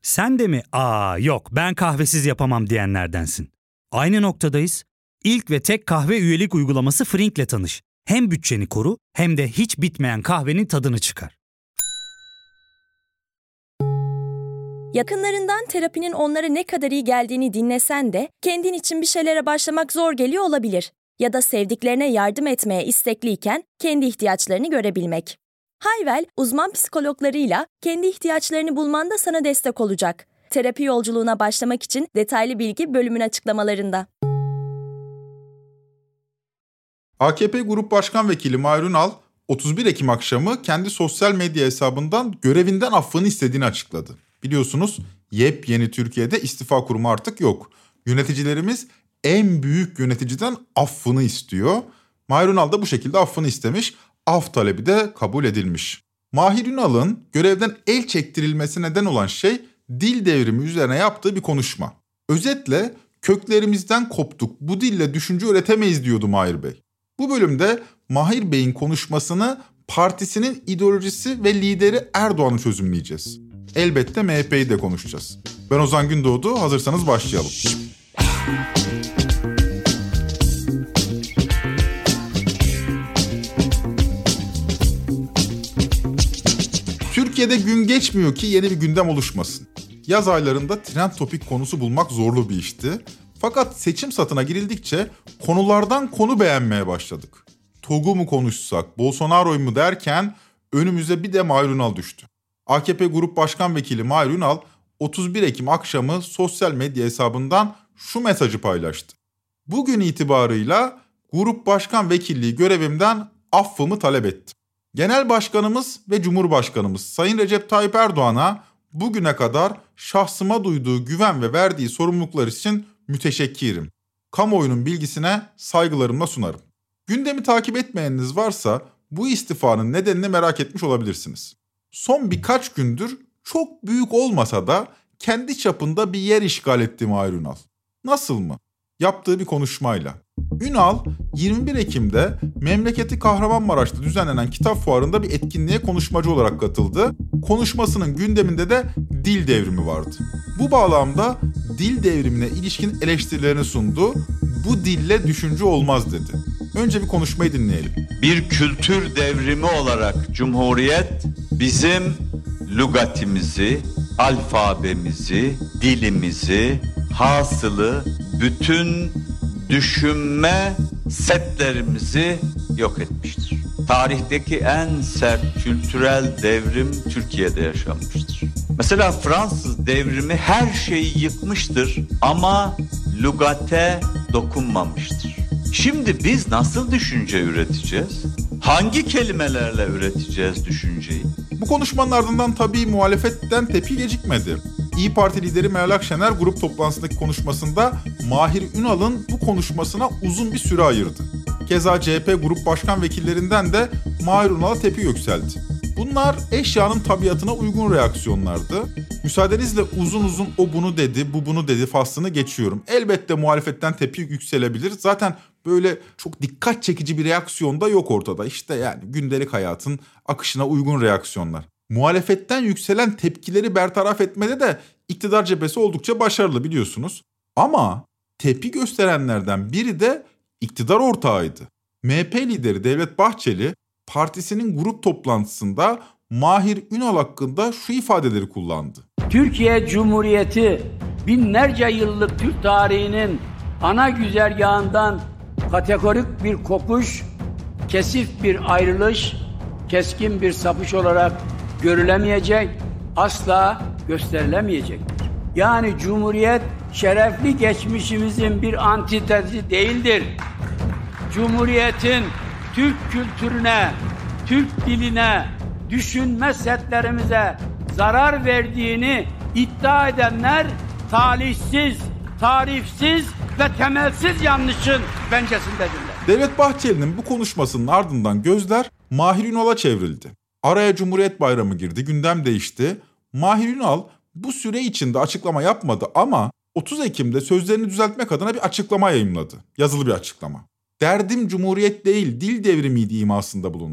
Sen de mi yok ben kahvesiz yapamam diyenlerdensin? Aynı noktadayız. İlk ve tek kahve üyelik uygulaması Frink'le tanış. Hem bütçeni koru hem de hiç bitmeyen kahvenin tadını çıkar. Yakınlarından terapinin onlara ne kadar iyi geldiğini dinlesen de kendin için bir şeylere başlamak zor geliyor olabilir. Ya da sevdiklerine yardım etmeye istekliyken kendi ihtiyaçlarını görebilmek. Hayvel, uzman psikologlarıyla kendi ihtiyaçlarını bulmanda sana destek olacak. Terapi yolculuğuna başlamak için detaylı bilgi bölümün açıklamalarında. AKP Grup Başkan Vekili Mahir Ünal, 31 Ekim akşamı kendi sosyal medya hesabından görevinden affını istediğini açıkladı. Biliyorsunuz yepyeni Türkiye'de istifa kurumu artık yok. Yöneticilerimiz en büyük yöneticiden affını istiyor. Mahir Ünal da bu şekilde affını istemiş. Af talebi de kabul edilmiş. Mahir Ünal'ın görevden el çektirilmesi neden olan şey dil devrimi üzerine yaptığı bir konuşma. Özetle köklerimizden koptuk, bu dille düşünce üretemeyiz diyordu Mahir Bey. Bu bölümde Mahir Bey'in konuşmasını partisinin ideolojisi ve lideri Erdoğan'ı çözümleyeceğiz. Elbette MHP'yi de konuşacağız. Ben Ozan Gündoğdu, hazırsanız başlayalım. Türkiye'de gün geçmiyor ki yeni bir gündem oluşmasın. Yaz aylarında trend topik konusu bulmak zorlu bir işti. Fakat seçim satına girildikçe konulardan konu beğenmeye başladık. TOG'u mu konuşsak, Bolsonaro'yu mu derken önümüze bir de Mahir Ünal düştü. AKP Grup Başkan Vekili Mahir Ünal 31 Ekim akşamı sosyal medya hesabından şu mesajı paylaştı. Bugün itibarıyla Grup Başkan Vekilliği görevimden affımı talep ettim. Genel Başkanımız ve Cumhurbaşkanımız Sayın Recep Tayyip Erdoğan'a bugüne kadar şahsıma duyduğu güven ve verdiği sorumluluklar için müteşekkirim. Kamuoyunun bilgisine saygılarımla sunarım. Gündemi takip etmeyeniniz varsa bu istifanın nedenini merak etmiş olabilirsiniz. Son birkaç gündür çok büyük olmasa da kendi çapında bir yer işgal etti Mahir Ünal. Nasıl mı? Yaptığı bir konuşmayla. Ünal 21 Ekim'de memleketi Kahramanmaraş'ta düzenlenen kitap fuarında bir etkinliğe konuşmacı olarak katıldı. Konuşmasının gündeminde de dil devrimi vardı. Bu bağlamda dil devrimine ilişkin eleştirilerini sundu. Bu dille düşünce olmaz dedi. Önce bir konuşmayı dinleyelim. Bir kültür devrimi olarak Cumhuriyet bizim lügatimizi, alfabemizi, dilimizi, hasılı bütün düşünme setlerimizi yok etmiştir. Tarihteki en sert kültürel devrim Türkiye'de yaşanmıştır. Mesela Fransız devrimi her şeyi yıkmıştır ama lügate dokunmamıştır. Şimdi biz nasıl düşünce üreteceğiz? Hangi kelimelerle üreteceğiz düşünceyi? Bu konuşmanın ardından tabii muhalefetten tepki gecikmedi. İYİ Parti lideri Meral Akşener grup toplantısındaki konuşmasında Mahir Ünal'ın bu konuşmasına uzun bir süre ayırdı. Keza CHP grup başkan vekillerinden de Mahir Ünal'a tepki yükseldi. Bunlar eşyanın tabiatına uygun reaksiyonlardı. Müsaadenizle uzun uzun o bunu dedi, bu bunu dedi faslını geçiyorum. Elbette muhalefetten tepki yükselebilir. Zaten böyle çok dikkat çekici bir reaksiyon da yok ortada. İşte yani gündelik hayatın akışına uygun reaksiyonlar. Muhalefetten yükselen tepkileri bertaraf etmede de iktidar cephesi oldukça başarılı biliyorsunuz. Ama tepki gösterenlerden biri de iktidar ortağıydı. MHP lideri Devlet Bahçeli partisinin grup toplantısında Mahir Ünal hakkında şu ifadeleri kullandı. Türkiye Cumhuriyeti binlerce yıllık Türk tarihinin ana güzergahından kategorik bir kopuş, kesif bir ayrılış, keskin bir sapış olarak görülemeyecek, asla gösterilemeyecektir. Yani Cumhuriyet şerefli geçmişimizin bir antitezi değildir. Cumhuriyetin Türk kültürüne, Türk diline, düşünme setlerimize zarar verdiğini iddia edenler talihsiz, tarifsiz ve temelsiz yanlışın pencesindedirler. Devlet Bahçeli'nin bu konuşmasının ardından gözler Mahir Ünal'a çevrildi. Araya Cumhuriyet Bayramı girdi, gündem değişti. Mahir Ünal bu süre içinde açıklama yapmadı ama 30 Ekim'de sözlerini düzeltmek adına bir açıklama yayımladı. Yazılı bir açıklama. Derdim Cumhuriyet değil, dil devrimiydi imasında bulundu.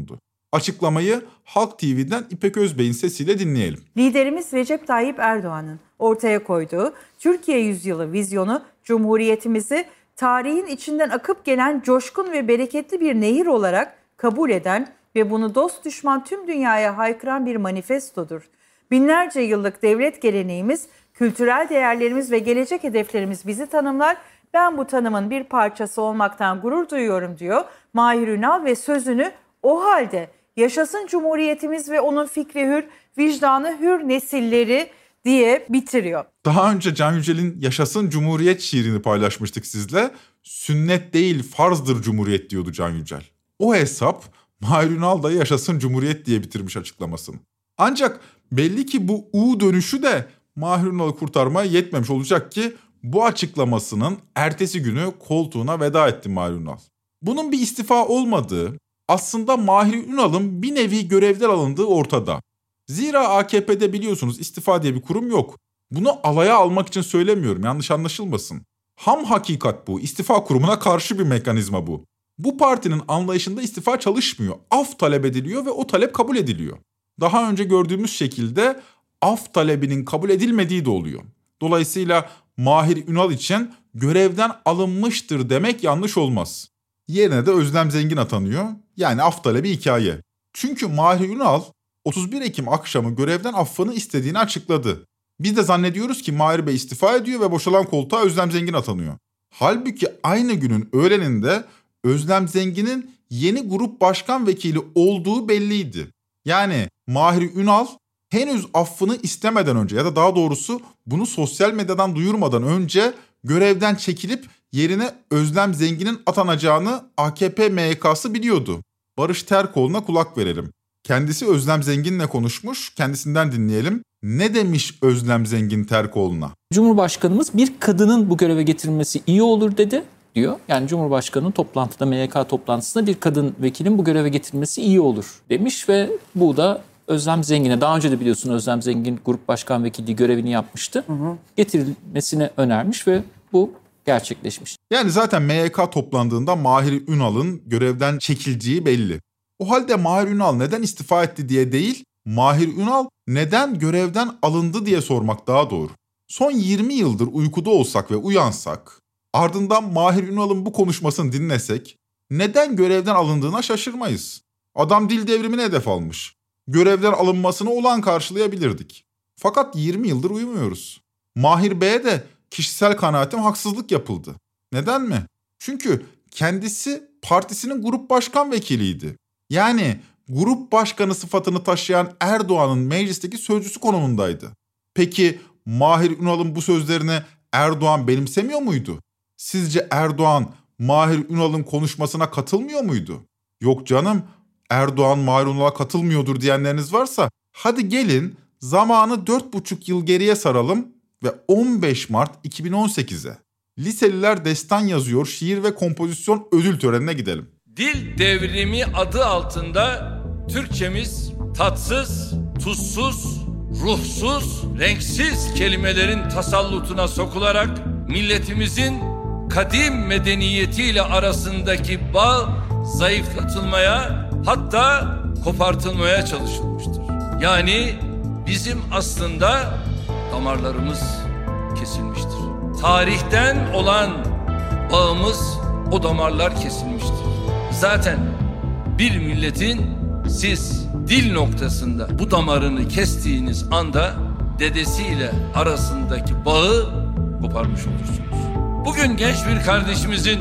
Açıklamayı Halk TV'den İpek Özbey'in sesiyle dinleyelim. Liderimiz Recep Tayyip Erdoğan'ın ortaya koyduğu Türkiye Yüzyılı vizyonu Cumhuriyetimizi tarihin içinden akıp gelen coşkun ve bereketli bir nehir olarak kabul eden ve bunu dost düşman tüm dünyaya haykıran bir manifestodur. Binlerce yıllık devlet geleneğimiz, kültürel değerlerimiz ve gelecek hedeflerimiz bizi tanımlar. Ben bu tanımın bir parçası olmaktan gurur duyuyorum diyor Mahir Ünal ve sözünü o halde yaşasın Cumhuriyetimiz ve onun fikri hür, vicdanı hür nesilleri diye bitiriyor. Daha önce Can Yücel'in Yaşasın Cumhuriyet şiirini paylaşmıştık sizle. Sünnet değil farzdır Cumhuriyet diyordu Can Yücel. O hesap Mahir Ünal da Yaşasın Cumhuriyet diye bitirmiş açıklamasını. Ancak belli ki bu U dönüşü de Mahir Ünal'ı kurtarmaya yetmemiş olacak ki bu açıklamasının ertesi günü koltuğuna veda etti Mahir Ünal. Bunun bir istifa olmadığı, aslında Mahir Ünal'ın bir nevi görevden alındığı ortada. Zira AKP'de biliyorsunuz istifa diye bir kurum yok. Bunu alaya almak için söylemiyorum, yanlış anlaşılmasın. Ham hakikat bu, istifa kurumuna karşı bir mekanizma bu. Bu partinin anlayışında istifa çalışmıyor. Af talep ediliyor ve o talep kabul ediliyor. Daha önce gördüğümüz şekilde af talebinin kabul edilmediği de oluyor. Dolayısıyla Mahir Ünal için görevden alınmıştır demek yanlış olmaz. Yerine de Özlem Zengin atanıyor. Yani af talebi hikaye. Çünkü Mahir Ünal 31 Ekim akşamı görevden affını istediğini açıkladı. Biz de zannediyoruz ki Mahir Bey istifa ediyor ve boşalan koltuğa Özlem Zengin atanıyor. Halbuki aynı günün öğleninde Özlem Zengin'in yeni grup başkan vekili olduğu belliydi. Yani Mahir Ünal henüz affını istemeden önce ya da daha doğrusu bunu sosyal medyadan duyurmadan önce görevden çekilip yerine Özlem Zengin'in atanacağını AKP MYK'sı biliyordu. Barış Terkoğlu'na kulak verelim. Kendisi Özlem Zengin'le konuşmuş, kendisinden dinleyelim. Ne demiş Özlem Zengin Terkoğlu'na? Cumhurbaşkanımız bir kadının bu göreve getirilmesi iyi olur dedi diyor. Yani Cumhurbaşkanı'nın toplantıda, MYK toplantısında bir kadın vekilin bu göreve getirilmesi iyi olur demiş ve bu da Özlem Zengin'e, daha önce de biliyorsun Özlem Zengin grup başkan vekilliği görevini yapmıştı. Getirilmesini önermiş ve bu gerçekleşmiş. Yani zaten MYK toplandığında Mahir Ünal'ın görevden çekileceği belli. O halde Mahir Ünal neden istifa etti diye değil, Mahir Ünal neden görevden alındı diye sormak daha doğru. Son 20 yıldır uykuda olsak ve uyansak, ardından Mahir Ünal'ın bu konuşmasını dinlesek, neden görevden alındığına şaşırmayız. Adam dil devrimine hedef almış. Görevden alınmasını olağan karşılayabilirdik. Fakat 20 yıldır uyumuyoruz. Mahir Bey'e de kişisel kanaatim haksızlık yapıldı. Neden mi? Çünkü kendisi partisinin grup başkan vekiliydi. Yani grup başkanı sıfatını taşıyan Erdoğan'ın meclisteki sözcüsü konumundaydı. Peki Mahir Ünal'ın bu sözlerini Erdoğan benimsemiyor muydu? Sizce Erdoğan Mahir Ünal'ın konuşmasına katılmıyor muydu? Yok canım, Erdoğan Mahir Ünal'a katılmıyordur diyenleriniz varsa hadi gelin zamanı 4,5 yıl geriye saralım ve 15 Mart 2018'e. Liseliler destan yazıyor şiir ve kompozisyon ödül törenine gidelim. Dil devrimi adı altında Türkçemiz tatsız, tuzsuz, ruhsuz, renksiz kelimelerin tasallutuna sokularak milletimizin kadim medeniyetiyle arasındaki bağ zayıflatılmaya, hatta kopartılmaya çalışılmıştır. Yani bizim aslında damarlarımız kesilmiştir. Tarihten olan bağımız, o damarlar kesilmiştir. Zaten bir milletin siz dil noktasında bu damarını kestiğiniz anda dedesiyle arasındaki bağı koparmış olursunuz. Bugün genç bir kardeşimizin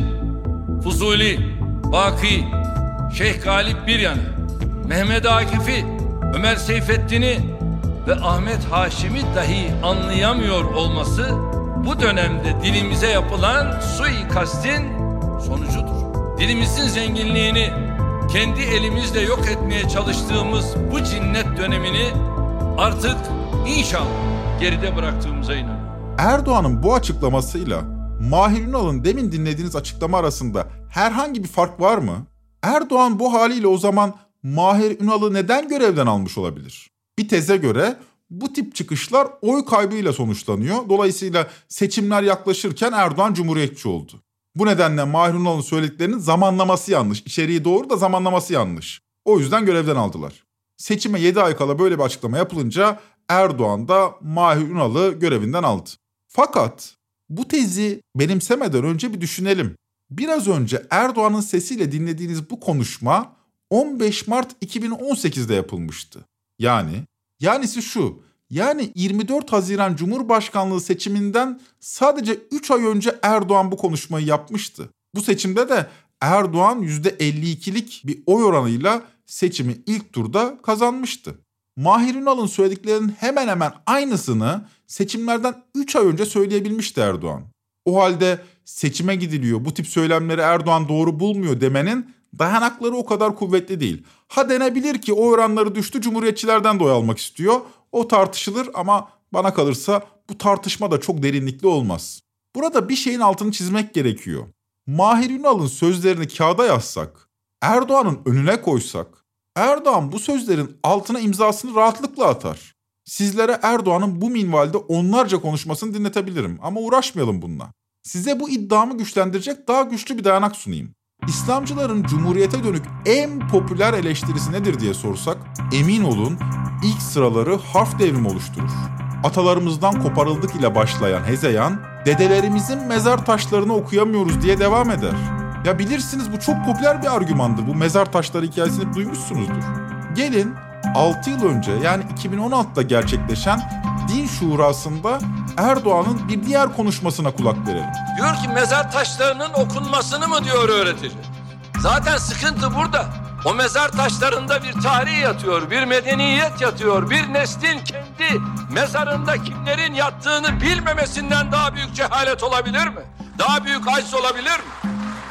Fuzuli, Baki, Şeyh Galip Biryan'ı, Mehmet Akif'i, Ömer Seyfettin'i ve Ahmet Haşim'i dahi anlayamıyor olması bu dönemde dilimize yapılan suikastin sonucudur. Dilimizin zenginliğini kendi elimizle yok etmeye çalıştığımız bu cinnet dönemini artık inşallah geride bıraktığımıza inanıyorum. Erdoğan'ın bu açıklamasıyla Mahir Ünal'ın demin dinlediğiniz açıklama arasında herhangi bir fark var mı? Erdoğan bu haliyle o zaman Mahir Ünal'ı neden görevden almış olabilir? Bir teze göre bu tip çıkışlar oy kaybıyla sonuçlanıyor. Dolayısıyla seçimler yaklaşırken Erdoğan cumhuriyetçi oldu. Bu nedenle Mahir Ünal'ın söylediklerinin zamanlaması yanlış. İçeriği doğru da zamanlaması yanlış. O yüzden görevden aldılar. Seçime 7 ay kala böyle bir açıklama yapılınca Erdoğan da Mahir Ünal'ı görevinden aldı. Fakat bu tezi benimsemeden önce bir düşünelim. Biraz önce Erdoğan'ın sesiyle dinlediğiniz bu konuşma 15 Mart 2018'de yapılmıştı. Yanisi şu, 24 Haziran Cumhurbaşkanlığı seçiminden sadece 3 ay önce Erdoğan bu konuşmayı yapmıştı. Bu seçimde de Erdoğan %52'lik bir oy oranıyla seçimi ilk turda kazanmıştı. Mahir Ünal'ın söylediklerinin hemen hemen aynısını seçimlerden 3 ay önce söyleyebilmişti Erdoğan. O halde seçime gidiliyor, bu tip söylemleri Erdoğan doğru bulmuyor demenin dayanakları o kadar kuvvetli değil. Ha denebilir ki o oranları düştü, Cumhuriyetçilerden de oy almak istiyor. O tartışılır ama bana kalırsa bu tartışma da çok derinlikli olmaz. Burada bir şeyin altını çizmek gerekiyor. Mahir Ünal'ın sözlerini kağıda yazsak, Erdoğan'ın önüne koysak, Erdoğan bu sözlerin altına imzasını rahatlıkla atar. Sizlere Erdoğan'ın bu minvalde onlarca konuşmasını dinletebilirim ama uğraşmayalım bununla. Size bu iddiamı güçlendirecek daha güçlü bir dayanak sunayım. İslamcıların Cumhuriyete dönük en popüler eleştirisi nedir diye sorsak, emin olun ilk sıraları harf devrimi oluşturur. Atalarımızdan koparıldık ile başlayan hezeyan, dedelerimizin mezar taşlarını okuyamıyoruz diye devam eder. Ya bilirsiniz bu çok popüler bir argümandır. Bu mezar taşları hikayesini duymuşsunuzdur. Gelin 6 yıl önce yani 2016'da gerçekleşen Din Şurası'nda Erdoğan'ın bir diğer konuşmasına kulak verelim. Diyor ki mezar taşlarının okunmasını mı diyor öğretecek? Zaten sıkıntı burada. O mezar taşlarında bir tarih yatıyor, bir medeniyet yatıyor. Bir neslin kendi mezarında kimlerin yattığını bilmemesinden daha büyük cehalet olabilir mi? Daha büyük acz olabilir mi?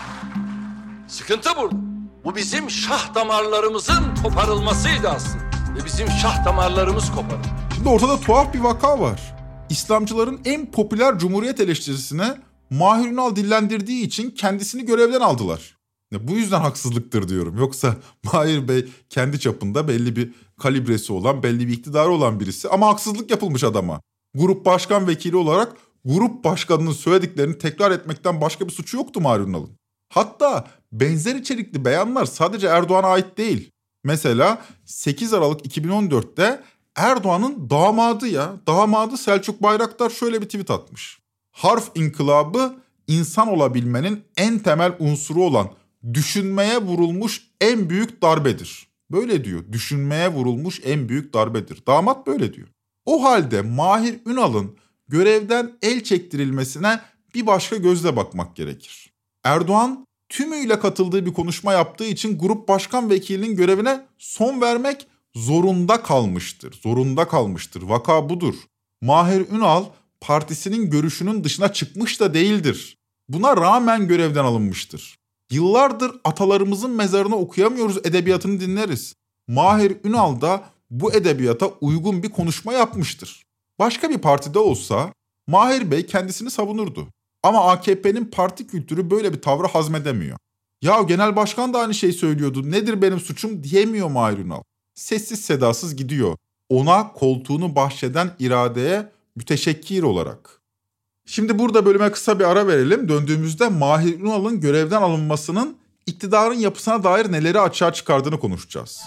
Sıkıntı burada. Bu bizim şah damarlarımızın koparılmasıydı aslında. Ve bizim şah damarlarımız koparıldı. Şimdi ortada tuhaf bir vaka var. İslamcıların en popüler Cumhuriyet eleştirisine Mahir Ünal dillendirdiği için kendisini görevden aldılar. Bu yüzden haksızlıktır diyorum. Yoksa Mahir Bey kendi çapında belli bir kalibresi olan, belli bir iktidarı olan birisi. Ama haksızlık yapılmış adama. Grup başkan vekili olarak grup başkanının söylediklerini tekrar etmekten başka bir suçu yoktu Mahir Ünal'ın. Hatta benzer içerikli beyanlar sadece Erdoğan'a ait değil. Mesela 8 Aralık 2014'te Erdoğan'ın damadı Selçuk Bayraktar şöyle bir tweet atmış. Harf inkılabı insan olabilmenin en temel unsuru olan düşünmeye vurulmuş en büyük darbedir. Böyle diyor. Düşünmeye vurulmuş en büyük darbedir. Damat böyle diyor. O halde Mahir Ünal'ın görevden el çektirilmesine bir başka gözle bakmak gerekir. Erdoğan tümüyle katıldığı bir konuşma yaptığı için grup başkan vekilinin görevine son vermek zorunda kalmıştır. Vaka budur. Mahir Ünal partisinin görüşünün dışına çıkmış da değildir. Buna rağmen görevden alınmıştır. Yıllardır atalarımızın mezarını okuyamıyoruz edebiyatını dinleriz. Mahir Ünal da bu edebiyata uygun bir konuşma yapmıştır. Başka bir partide olsa Mahir Bey kendisini savunurdu. Ama AKP'nin parti kültürü böyle bir tavrı hazmedemiyor. Ya genel başkan da aynı şeyi söylüyordu. Nedir benim suçum diyemiyor Mahir Ünal. Sessiz sedasız gidiyor. Ona koltuğunu bahşeden iradeye müteşekkir olarak. Şimdi burada bölüme kısa bir ara verelim. Döndüğümüzde Mahir Ünal'ın görevden alınmasının iktidarın yapısına dair neleri açığa çıkardığını konuşacağız.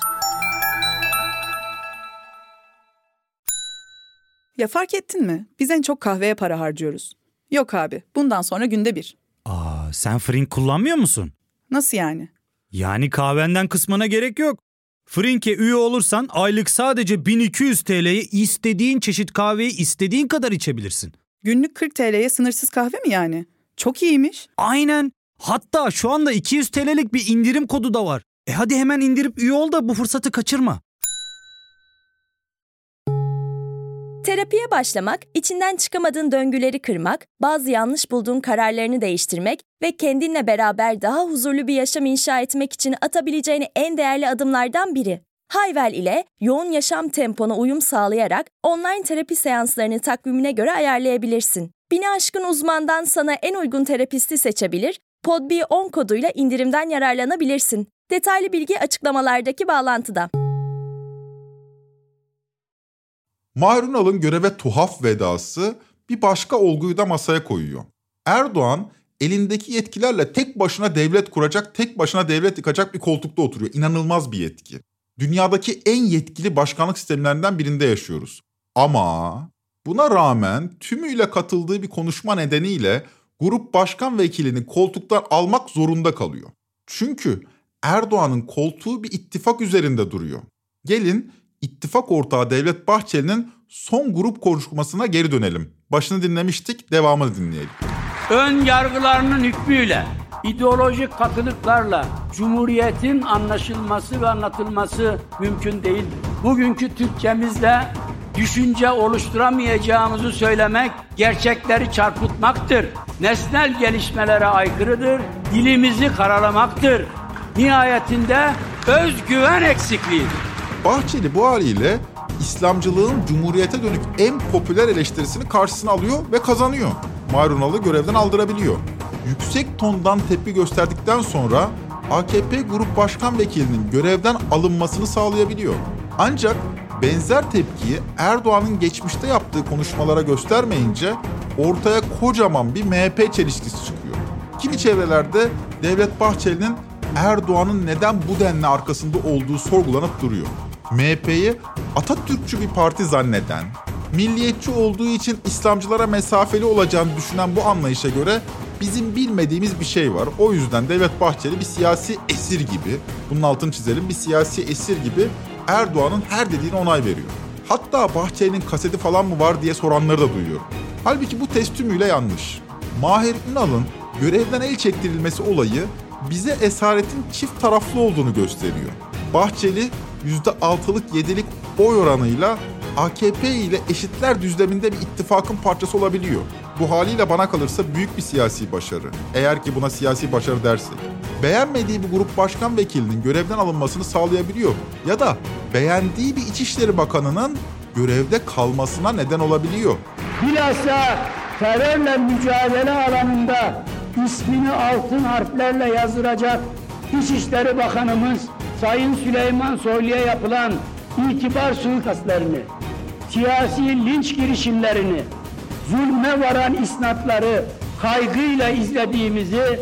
Ya fark ettin mi? Biz en çok kahveye para harcıyoruz. Yok abi, bundan sonra günde bir. Sen Frink kullanmıyor musun? Nasıl yani? Yani kahvenden kısmına gerek yok. Frink'e üye olursan aylık sadece 1200 TL'ye istediğin çeşit kahveyi istediğin kadar içebilirsin. Günlük 40 TL'ye sınırsız kahve mi yani? Çok iyiymiş. Aynen. Hatta şu anda 200 TL'lik bir indirim kodu da var. Hadi hemen indirip üye ol da bu fırsatı kaçırma. Terapiye başlamak, içinden çıkamadığın döngüleri kırmak, bazı yanlış bulduğun kararlarını değiştirmek ve kendinle beraber daha huzurlu bir yaşam inşa etmek için atabileceğin en değerli adımlardan biri. Hayvel ile yoğun yaşam tempona uyum sağlayarak online terapi seanslarını takvimine göre ayarlayabilirsin. 1000'i aşkın uzmandan sana en uygun terapisti seçebilir, PodB10 koduyla indirimden yararlanabilirsin. Detaylı bilgi açıklamalardaki bağlantıda. Mahir Ünal'ın göreve tuhaf vedası bir başka olguyu da masaya koyuyor. Erdoğan elindeki yetkilerle tek başına devlet kuracak, tek başına devlet yıkacak bir koltukta oturuyor. İnanılmaz bir yetki. Dünyadaki en yetkili başkanlık sistemlerinden birinde yaşıyoruz. Ama buna rağmen tümüyle katıldığı bir konuşma nedeniyle grup başkan vekilini koltuktan almak zorunda kalıyor. Çünkü Erdoğan'ın koltuğu bir ittifak üzerinde duruyor. Gelin ittifak ortağı Devlet Bahçeli'nin son grup konuşmasına geri dönelim. Başını dinlemiştik, devamını dinleyelim. Ön yargılarının hükmüyle, ideolojik katılıklarla Cumhuriyet'in anlaşılması ve anlatılması mümkün değildir. Bugünkü Türkçemizle düşünce oluşturamayacağımızı söylemek gerçekleri çarpıtmaktır. Nesnel gelişmelere aykırıdır, dilimizi karalamaktır. Nihayetinde özgüven eksikliğidir. Bahçeli bu haliyle İslamcılığın Cumhuriyet'e dönük en popüler eleştirisini karşısına alıyor ve kazanıyor. Mahir Ünal'ı görevden aldırabiliyor. Yüksek tondan tepki gösterdikten sonra AKP Grup Başkan Vekilinin görevden alınmasını sağlayabiliyor. Ancak benzer tepkiyi Erdoğan'ın geçmişte yaptığı konuşmalara göstermeyince ortaya kocaman bir MHP çelişkisi çıkıyor. Kimi çevrelerde Devlet Bahçeli'nin Erdoğan'ın neden bu denli arkasında olduğu sorgulanıp duruyor. MHP'yi Atatürkçü bir parti zanneden, milliyetçi olduğu için İslamcılara mesafeli olacağını düşünen bu anlayışa göre bizim bilmediğimiz bir şey var. O yüzden Devlet Bahçeli bir siyasi esir gibi, bunun altını çizelim, bir siyasi esir gibi Erdoğan'ın her dediğine onay veriyor. Hatta Bahçeli'nin kaseti falan mı var diye soranları da duyuyorum. Halbuki bu test tümüyle yanlış. Mahir Ünal'ın görevden el çektirilmesi olayı bize esaretin çift taraflı olduğunu gösteriyor. Bahçeli %6'lık 7'lik oy oranıyla AKP ile eşitler düzleminde bir ittifakın parçası olabiliyor. Bu haliyle bana kalırsa büyük bir siyasi başarı. Eğer ki buna siyasi başarı dersek. Beğenmediği bir grup başkan vekilinin görevden alınmasını sağlayabiliyor. Ya da beğendiği bir İçişleri Bakanı'nın görevde kalmasına neden olabiliyor. Bilhassa terörle mücadele alanında ismini altın harflerle yazdıracak İçişleri Bakanımız Sayın Süleyman Soylu'ya yapılan itibar suikastlerini, siyasi linç girişimlerini, zulme varan isnatları kaygıyla izlediğimizi,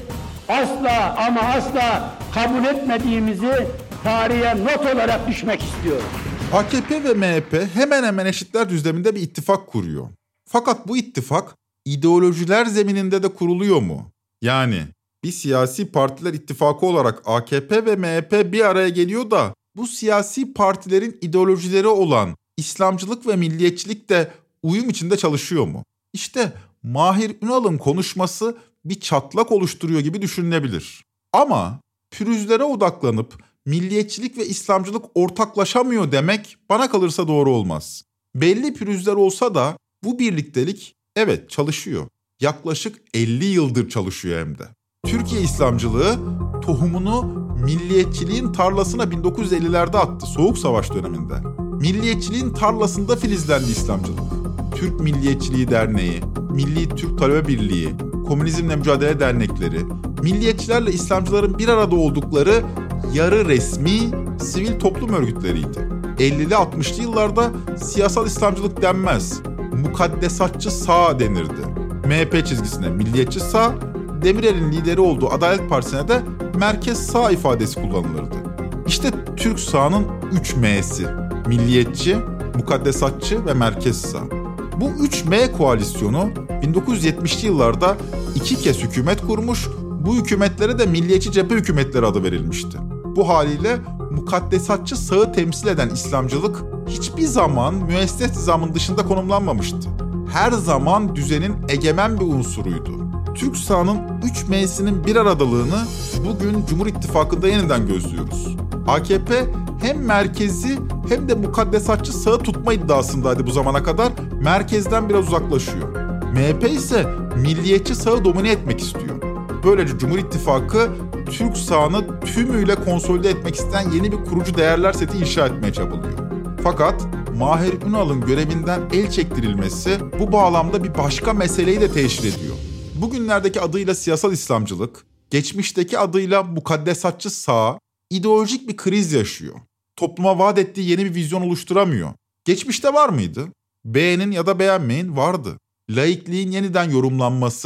asla ama asla kabul etmediğimizi tarihe not olarak düşmek istiyorum. AKP ve MHP hemen hemen eşitler düzleminde bir ittifak kuruyor. Fakat bu ittifak ideolojiler zemininde de kuruluyor mu? Yani bir siyasi partiler ittifakı olarak AKP ve MHP bir araya geliyor da bu siyasi partilerin ideolojileri olan İslamcılık ve milliyetçilik de uyum içinde çalışıyor mu? İşte Mahir Ünal'ın konuşması bir çatlak oluşturuyor gibi düşünülebilir. Ama pürüzlere odaklanıp milliyetçilik ve İslamcılık ortaklaşamıyor demek bana kalırsa doğru olmaz. Belli pürüzler olsa da bu birliktelik evet çalışıyor. Yaklaşık 50 yıldır çalışıyor hem de. Türkiye İslamcılığı tohumunu milliyetçiliğin tarlasına 1950'lerde attı, Soğuk Savaş döneminde. Milliyetçiliğin tarlasında filizlendi İslamcılık. Türk Milliyetçiliği Derneği, Milli Türk Talebe Birliği, Komünizmle Mücadele Dernekleri, milliyetçilerle İslamcıların bir arada oldukları yarı resmi sivil toplum örgütleriydi. 50'li 60'lı yıllarda siyasal İslamcılık denmez, mukaddesatçı sağ denirdi. MHP çizgisine milliyetçi sağ, Demirel'in lideri olduğu Adalet Partisi'ne de merkez sağ ifadesi kullanılırdı. İşte Türk sağının 3 M'si, milliyetçi, mukaddesatçı ve merkez sağ. Bu 3 M koalisyonu 1970'li yıllarda 2 kez hükümet kurmuş, bu hükümetlere de milliyetçi cephe hükümetleri adı verilmişti. Bu haliyle mukaddesatçı sağı temsil eden İslamcılık hiçbir zaman müesses nizamın dışında konumlanmamıştı. Her zaman düzenin egemen bir unsuruydu. Türk sağının 3 M'sinin bir aradalığını bugün Cumhur İttifakı'nda yeniden gözlüyoruz. AKP hem merkezi hem de mukaddesatçı sağı tutma iddiasındaydı bu zamana kadar, merkezden biraz uzaklaşıyor. MHP ise milliyetçi sağı domine etmek istiyor. Böylece Cumhur İttifakı Türk sağını tümüyle konsolide etmek isteyen yeni bir kurucu değerler seti inşa etmeye çabalıyor. Fakat Mahir Ünal'ın görevinden el çektirilmesi bu bağlamda bir başka meseleyi de teşhir ediyor. Bugünlerdeki adıyla siyasal İslamcılık, geçmişteki adıyla mukaddesatçı sağ, ideolojik bir kriz yaşıyor. Topluma vaat ettiği yeni bir vizyon oluşturamıyor. Geçmişte var mıydı? Beğenin ya da beğenmeyin, vardı. Laikliğin yeniden yorumlanması,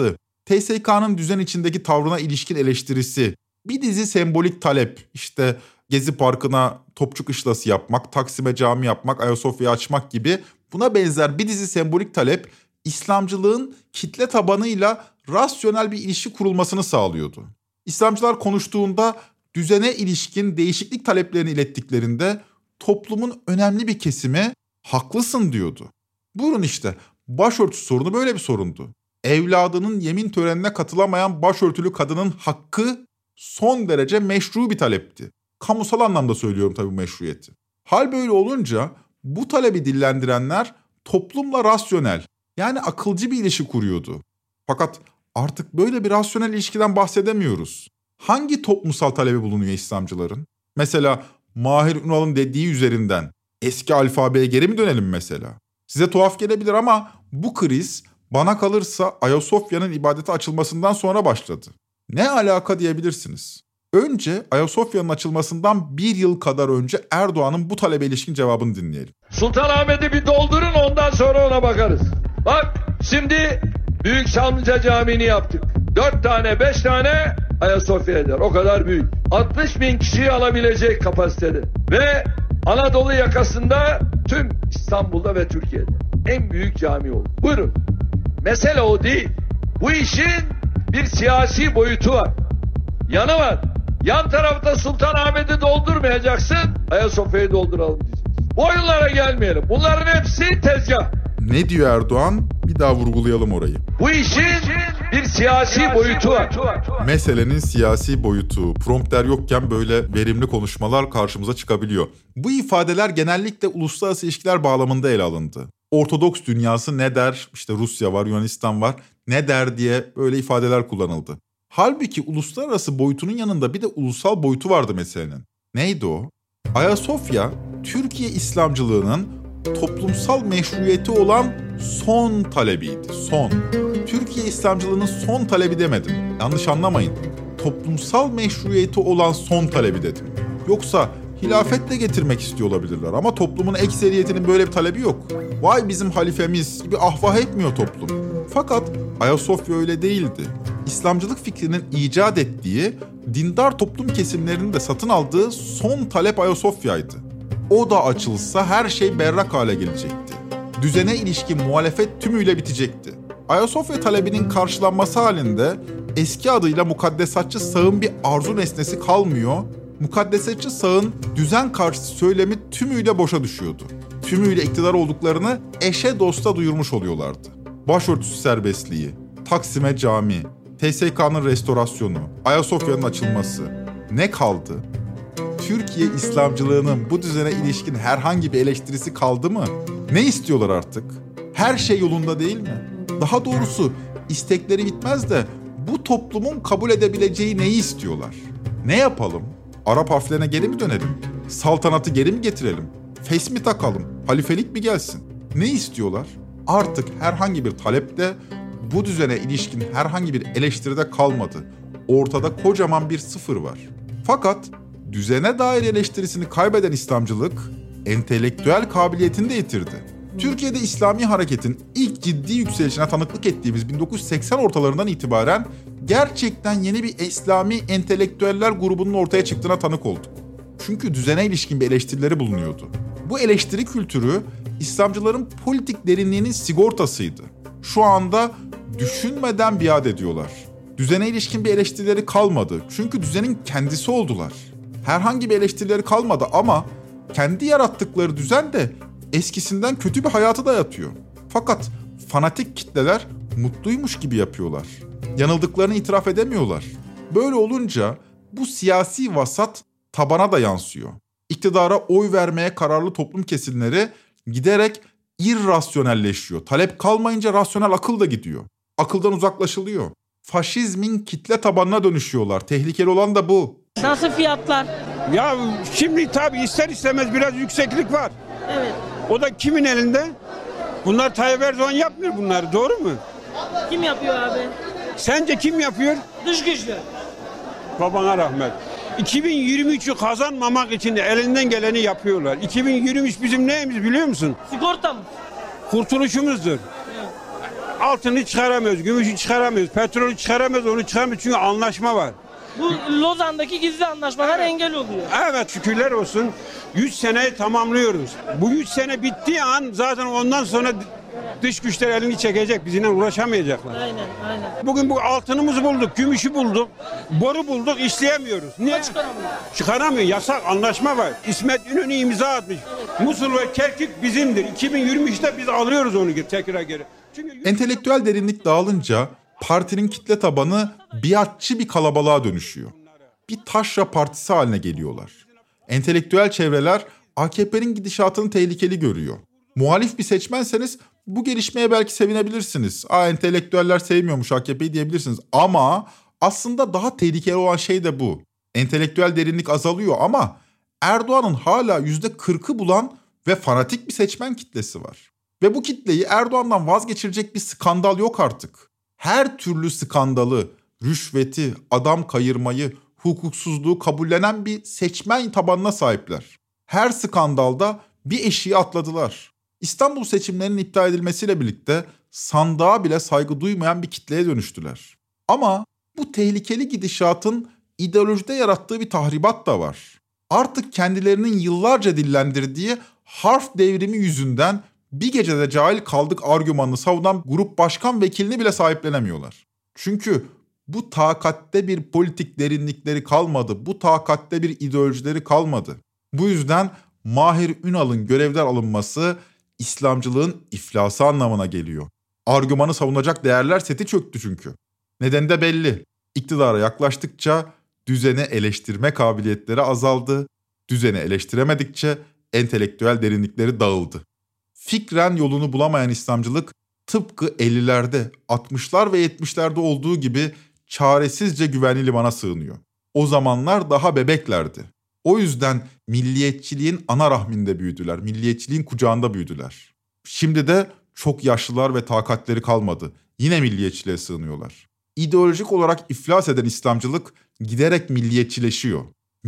TSK'nın düzen içindeki tavrına ilişkin eleştirisi, bir dizi sembolik talep, işte Gezi Parkı'na topçu kışlası yapmak, Taksim'e cami yapmak, Ayasofya'yı açmak gibi buna benzer bir dizi sembolik talep, İslamcılığın kitle tabanıyla rasyonel bir ilişki kurulmasını sağlıyordu. İslamcılar konuştuğunda düzene ilişkin değişiklik taleplerini ilettiklerinde toplumun önemli bir kesimi haklısın diyordu. Buyurun işte başörtüsü sorunu böyle bir sorundu. Evladının yemin törenine katılamayan başörtülü kadının hakkı son derece meşru bir talepti. Kamusal anlamda söylüyorum tabii bu meşruiyeti. Hal böyle olunca bu talebi dillendirenler toplumla rasyonel, yani akılcı bir ilişki kuruyordu. Fakat artık böyle bir rasyonel ilişkiden bahsedemiyoruz. Hangi toplumsal talebi bulunuyor İslamcıların? Mesela Mahir Ünal'ın dediği üzerinden eski alfabeye geri mi dönelim mesela? Size tuhaf gelebilir ama bu kriz bana kalırsa Ayasofya'nın ibadete açılmasından sonra başladı. Ne alaka diyebilirsiniz. Önce Ayasofya'nın açılmasından bir yıl kadar önce Erdoğan'ın bu talebe ilişkin cevabını dinleyelim. Sultanahmet'i bir doldurun, ondan sonra ona bakarız. Bak şimdi Büyük Çamlıca Camii'ni yaptık. 4 tane 5 tane Ayasofya eder. O kadar büyük. 60 bin kişiyi alabilecek kapasitede. Ve Anadolu yakasında tüm İstanbul'da ve Türkiye'de en büyük cami oldu. Buyurun. Mesele o değil. Bu işin bir siyasi boyutu var. Yanı var. Yan tarafta Sultanahmet'i doldurmayacaksın, Ayasofya'yı dolduralım diyeceğiz. Bu oyunlara gelmeyelim. Bunların hepsi tezgah. Ne diyor Erdoğan? Bir daha vurgulayalım orayı. Bu işin bir siyasi boyutu var. Meselenin siyasi boyutu. Prompter yokken böyle verimli konuşmalar karşımıza çıkabiliyor. Bu ifadeler genellikle uluslararası ilişkiler bağlamında ele alındı. Ortodoks dünyası ne der? İşte Rusya var, Yunanistan var. Ne der diye böyle ifadeler kullanıldı. Halbuki uluslararası boyutunun yanında bir de ulusal boyutu vardı meselenin. Neydi o? Ayasofya, Türkiye İslamcılığının toplumsal meşruiyeti olan son talebiydi. Son. Türkiye İslamcılığının son talebi demedim. Yanlış anlamayın. Toplumsal meşruiyeti olan son talebi dedim. Yoksa hilafet de getirmek istiyor olabilirler ama toplumun ekseriyetinin böyle bir talebi yok. Vay bizim halifemiz gibi ahvah etmiyor toplum. Fakat Ayasofya öyle değildi. İslamcılık fikrinin icat ettiği, dindar toplum kesimlerinin de satın aldığı son talep Ayasofya'ydı. O da açılsa her şey berrak hale gelecekti. Düzene ilişkin muhalefet tümüyle bitecekti. Ayasofya talebinin karşılanması halinde eski adıyla mukaddesatçı sağın bir arzu nesnesi kalmıyor, mukaddesatçı sağın düzen karşıtı söylemi tümüyle boşa düşüyordu. Tümüyle iktidar olduklarını eşe dosta duyurmuş oluyorlardı. Başörtüsü serbestliği, Taksim'e cami, TSK'nın restorasyonu, Ayasofya'nın açılması. Ne kaldı? Türkiye İslamcılığının bu düzene ilişkin herhangi bir eleştirisi kaldı mı? Ne istiyorlar artık? Her şey yolunda değil mi? Daha doğrusu istekleri bitmez de bu toplumun kabul edebileceği neyi istiyorlar? Ne yapalım? Arap harflerine geri mi dönelim? Saltanatı geri mi getirelim? Fes mi takalım? Halifelik mi gelsin? Ne istiyorlar? Artık herhangi bir talepte bu düzene ilişkin herhangi bir eleştiride kalmadı. Ortada kocaman bir sıfır var. Fakat düzene dair eleştirisini kaybeden İslamcılık entelektüel kabiliyetini de yitirdi. Türkiye'de İslami hareketin ilk ciddi yükselişine tanıklık ettiğimiz 1980 ortalarından itibaren gerçekten yeni bir İslami entelektüeller grubunun ortaya çıktığına tanık olduk. Çünkü düzene ilişkin bir eleştirileri bulunuyordu. Bu eleştiri kültürü İslamcıların politik derinliğinin sigortasıydı. Şu anda düşünmeden biat ediyorlar. Düzene ilişkin bir eleştirileri kalmadı. Çünkü düzenin kendisi oldular. Herhangi bir eleştirileri kalmadı ama kendi yarattıkları düzen de eskisinden kötü bir hayatı dayatıyor. Fakat fanatik kitleler mutluymuş gibi yapıyorlar. Yanıldıklarını itiraf edemiyorlar. Böyle olunca bu siyasi vasat tabana da yansıyor. İktidara oy vermeye kararlı toplum kesimleri giderek irrasyonelleşiyor. Talep kalmayınca rasyonel akıl da gidiyor. Akıldan uzaklaşılıyor. Faşizmin kitle tabanına dönüşüyorlar. Tehlikeli olan da bu. Nasıl fiyatlar? Ya şimdi tabii ister istemez biraz yükseklik var. Evet. O da kimin elinde? Bunlar Tayyip Erdoğan yapmıyor bunları, doğru mu? Kim yapıyor abi? Sence kim yapıyor? Dış güçler. Babana rahmet. 2023'ü kazanmamak için de elinden geleni yapıyorlar. 2023 bizim neyimiz biliyor musun? Sigorta mı? Kurtuluşumuzdur. altını çıkaramıyoruz, gümüşü çıkaramıyoruz, petrolü çıkaramıyoruz, onu çıkaramıyoruz çünkü anlaşma var. Bu Lozan'daki gizli anlaşmalar engel oluyor. Evet, şükürler olsun 100 seneyi tamamlıyoruz. Bu 100 sene bittiği an zaten ondan sonra dış güçler elini çekecek, bizimle uğraşamayacaklar. Aynen. Bugün bu altınımızı bulduk, gümüşü bulduk, boru bulduk, işleyemiyoruz. Niye? Çıkaramıyor, yasak, anlaşma var. İsmet İnönü imza atmış. Musul ve Kerkük bizimdir. 2023'te biz alıyoruz onu tekrar geri. Çünkü Entelektüel derinlik dağılınca partinin kitle tabanı biatçı bir kalabalığa dönüşüyor. Bir taşra partisi haline geliyorlar. Entelektüel çevreler AKP'nin gidişatını tehlikeli görüyor. Muhalif bir seçmenseniz bu gelişmeye belki sevinebilirsiniz. Entelektüeller sevmiyormuş AKP'yi diyebilirsiniz. Ama aslında daha tehlikeli olan şey de bu. Entelektüel derinlik azalıyor ama Erdoğan'ın hala %40'ı bulan ve fanatik bir seçmen kitlesi var. Ve bu kitleyi Erdoğan'dan vazgeçirecek bir skandal yok artık. Her türlü skandalı, rüşveti, adam kayırmayı, hukuksuzluğu kabullenen bir seçmen tabanına sahipler. Her skandalda bir eşiği atladılar. İstanbul seçimlerinin iptal edilmesiyle birlikte sandığa bile saygı duymayan bir kitleye dönüştüler. Ama bu tehlikeli gidişatın ideolojide yarattığı bir tahribat da var. Artık kendilerinin yıllarca dillendirdiği harf devrimi yüzünden bir gecede cahil kaldık argümanını savunan grup başkan vekilini bile sahiplenemiyorlar. Çünkü bu takatte bir politik derinlikleri kalmadı, bu takatte bir ideolojileri kalmadı. Bu yüzden Mahir Ünal'ın görevden alınması İslamcılığın iflası anlamına geliyor. Argümanı savunacak değerler seti çöktü çünkü. Nedeni de belli. İktidara yaklaştıkça düzeni eleştirme kabiliyetleri azaldı. Düzeni eleştiremedikçe entelektüel derinlikleri dağıldı. Fikren yolunu bulamayan İslamcılık tıpkı 50'lerde, 60'lar ve 70'lerde olduğu gibi çaresizce güvenli limana sığınıyor. O zamanlar daha bebeklerdi. O yüzden milliyetçiliğin ana rahminde büyüdüler, milliyetçiliğin kucağında büyüdüler. Şimdi de çok yaşlılar ve takatleri kalmadı. Yine milliyetçiliğe sığınıyorlar. İdeolojik olarak iflas eden İslamcılık giderek milliyetçileşiyor.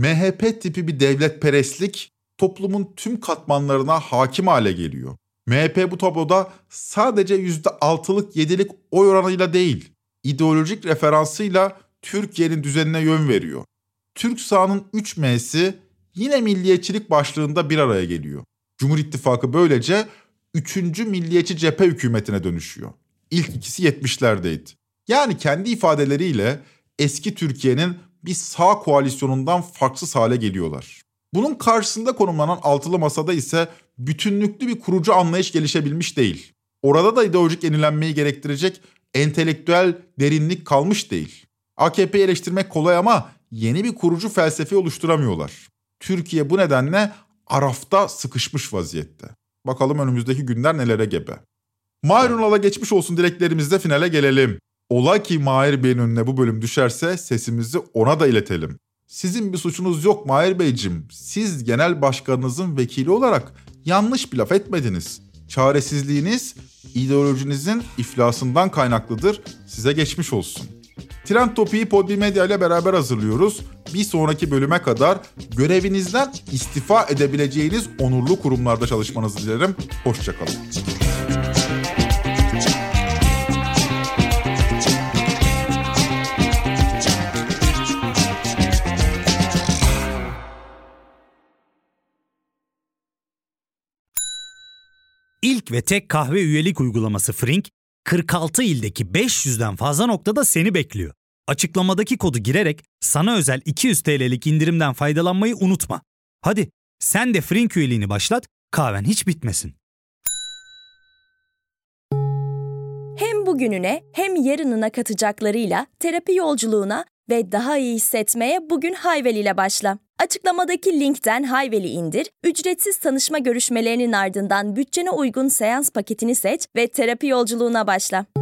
MHP tipi bir devletperestlik toplumun tüm katmanlarına hakim hale geliyor. MHP bu tabloda sadece %6'lık 7'lik oy oranıyla değil, ideolojik referansıyla Türkiye'nin düzenine yön veriyor. Türk sağının 3 M'si yine milliyetçilik başlığında bir araya geliyor. Cumhur İttifakı böylece 3. milliyetçi cephe hükümetine dönüşüyor. İlk ikisi 70'lerdeydi. Yani kendi ifadeleriyle eski Türkiye'nin bir sağ koalisyonundan farksız hale geliyorlar. Bunun karşısında konumlanan altılı masada ise bütünlüklü bir kurucu anlayış gelişebilmiş değil. Orada da ideolojik yenilenmeyi gerektirecek entelektüel derinlik kalmış değil. AKP'yi eleştirmek kolay ama yeni bir kurucu felsefe oluşturamıyorlar. Türkiye bu nedenle arafta sıkışmış vaziyette. Bakalım önümüzdeki günler nelere gebe. Mahir Ünal'a geçmiş olsun dileklerimizle finale gelelim. Ola ki Mahir Bey'in önüne bu bölüm düşerse sesimizi ona da iletelim. Sizin bir suçunuz yok Mahir Beyciğim. Siz genel başkanınızın vekili olarak yanlış bir laf etmediniz. Çaresizliğiniz ideolojinizin iflasından kaynaklıdır. Size geçmiş olsun. Trend Topi'yi Podbi Medya ile beraber hazırlıyoruz. Bir sonraki bölüme kadar görevinizden istifa edebileceğiniz onurlu kurumlarda çalışmanızı dilerim. Hoşçakalın. İlk ve tek kahve üyelik uygulaması Frink, 46 ildeki 500'den fazla noktada seni bekliyor. Açıklamadaki kodu girerek sana özel 200 TL'lik indirimden faydalanmayı unutma. Hadi sen de Frink üyeliğini başlat, kahven hiç bitmesin. Hem bugününe hem yarınına katacaklarıyla terapi yolculuğuna ve daha iyi hissetmeye bugün Hayvel ile başla. Açıklamadaki linkten Hayvel'i indir, ücretsiz tanışma görüşmelerinin ardından bütçene uygun seans paketini seç ve terapi yolculuğuna başla.